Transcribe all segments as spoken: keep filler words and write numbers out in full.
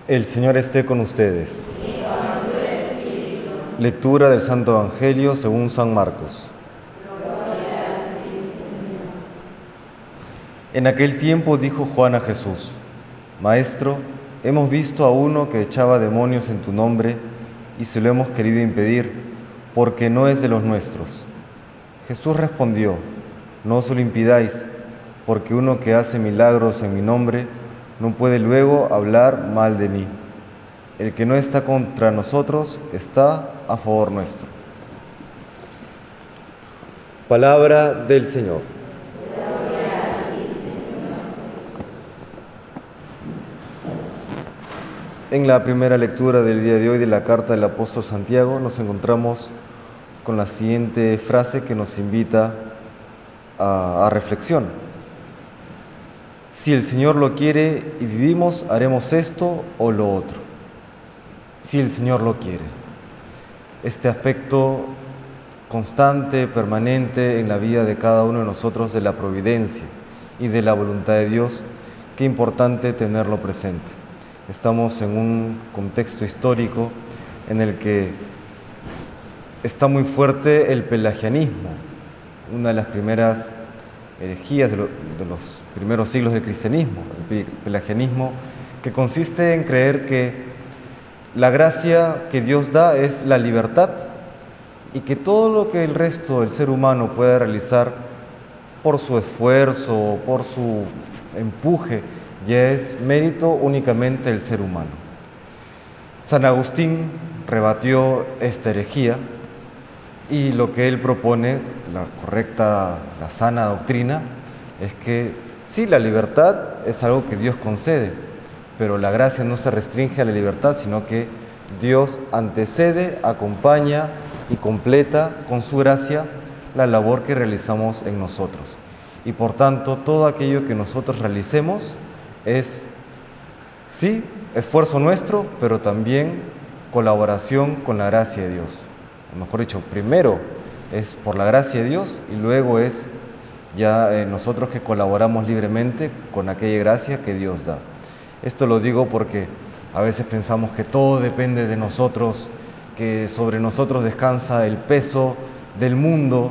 El Señor esté con ustedes. Lectura del Santo Evangelio según San Marcos. En aquel tiempo dijo Juan a Jesús: Maestro, hemos visto a uno que echaba demonios en tu nombre y se lo hemos querido impedir, porque no es de los nuestros. Jesús respondió: No se lo impidáis, porque uno que hace milagros en mi nombre no puede luego hablar mal de mí. El que no está contra nosotros está a favor nuestro. Palabra del Señor. En la primera lectura del día de hoy de la carta del apóstol Santiago nos encontramos con la siguiente frase que nos invita a, a reflexión. Si el Señor lo quiere y vivimos, haremos esto o lo otro. Si el Señor lo quiere. Este aspecto constante, permanente en la vida de cada uno de nosotros de la providencia y de la voluntad de Dios, qué importante tenerlo presente. Estamos en un contexto histórico en el que está muy fuerte el pelagianismo, una de las primeras herejías de, lo, de los primeros siglos del cristianismo, el pelagianismo, que consiste en creer que la gracia que Dios da es la libertad y que todo lo que el resto del ser humano pueda realizar por su esfuerzo, por su empuje, ya es mérito únicamente del ser humano. San Agustín rebatió esta herejía y lo que él propone, la correcta, la sana doctrina, es que sí, la libertad es algo que Dios concede, pero la gracia no se restringe a la libertad, sino que Dios antecede, acompaña y completa con su gracia la labor que realizamos en nosotros. Y por tanto, todo aquello que nosotros realicemos es, sí, esfuerzo nuestro, pero también colaboración con la gracia de Dios. O mejor dicho, primero es por la gracia de Dios y luego es ya eh, nosotros que colaboramos libremente con aquella gracia que Dios da. Esto lo digo porque a veces pensamos que todo depende de nosotros, que sobre nosotros descansa el peso del mundo.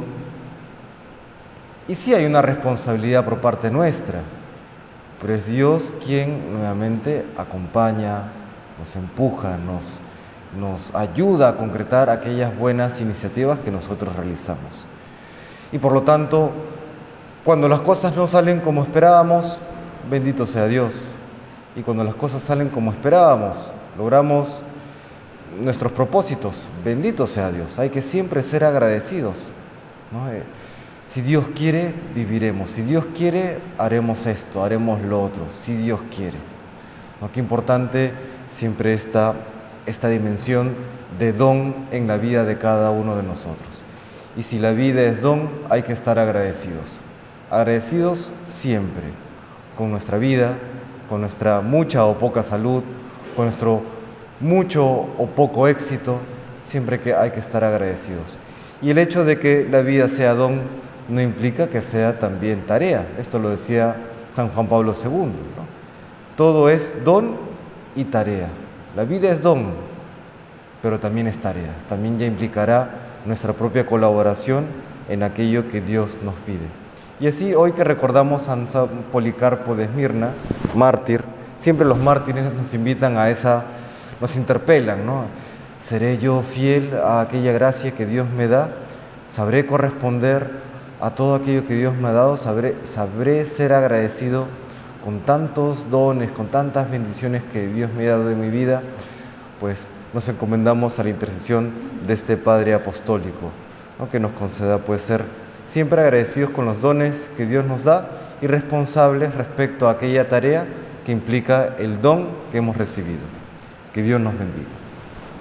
Y sí hay una responsabilidad por parte nuestra, pero es Dios quien nuevamente acompaña, nos empuja, nos, nos ayuda a concretar aquellas buenas iniciativas que nosotros realizamos. Y por lo tanto, cuando las cosas no salen como esperábamos, bendito sea Dios. Y cuando las cosas salen como esperábamos, logramos nuestros propósitos, bendito sea Dios. Hay que siempre ser agradecidos, ¿no? Eh, si Dios quiere, viviremos. Si Dios quiere, haremos esto, haremos lo otro. Si Dios quiere. ¿No? Qué importante siempre está esta dimensión de don en la vida de cada uno de nosotros. Y si la vida es don, hay que estar agradecidos. Agradecidos siempre, con nuestra vida, con nuestra mucha o poca salud, con nuestro mucho o poco éxito, siempre que hay que estar agradecidos. Y el hecho de que la vida sea don no implica que sea también tarea. Esto lo decía San Juan Pablo segundo, ¿no? Todo es don y tarea. La vida es don, pero también es tarea. También ya implicará nuestra propia colaboración en aquello que Dios nos pide. Y así, hoy que recordamos a San Policarpo de Esmirna, mártir, siempre los mártires nos invitan a esa, nos interpelan, ¿no? ¿Seré yo fiel a aquella gracia que Dios me da? ¿Sabré corresponder a todo aquello que Dios me ha dado? ¿Sabré, sabré ser agradecido con tantos dones, con tantas bendiciones que Dios me ha dado en mi vida? Pues nos encomendamos a la intercesión de este Padre Apostólico, ¿no? Que nos conceda pues ser siempre agradecidos con los dones que Dios nos da y responsables respecto a aquella tarea que implica el don que hemos recibido. Que Dios nos bendiga.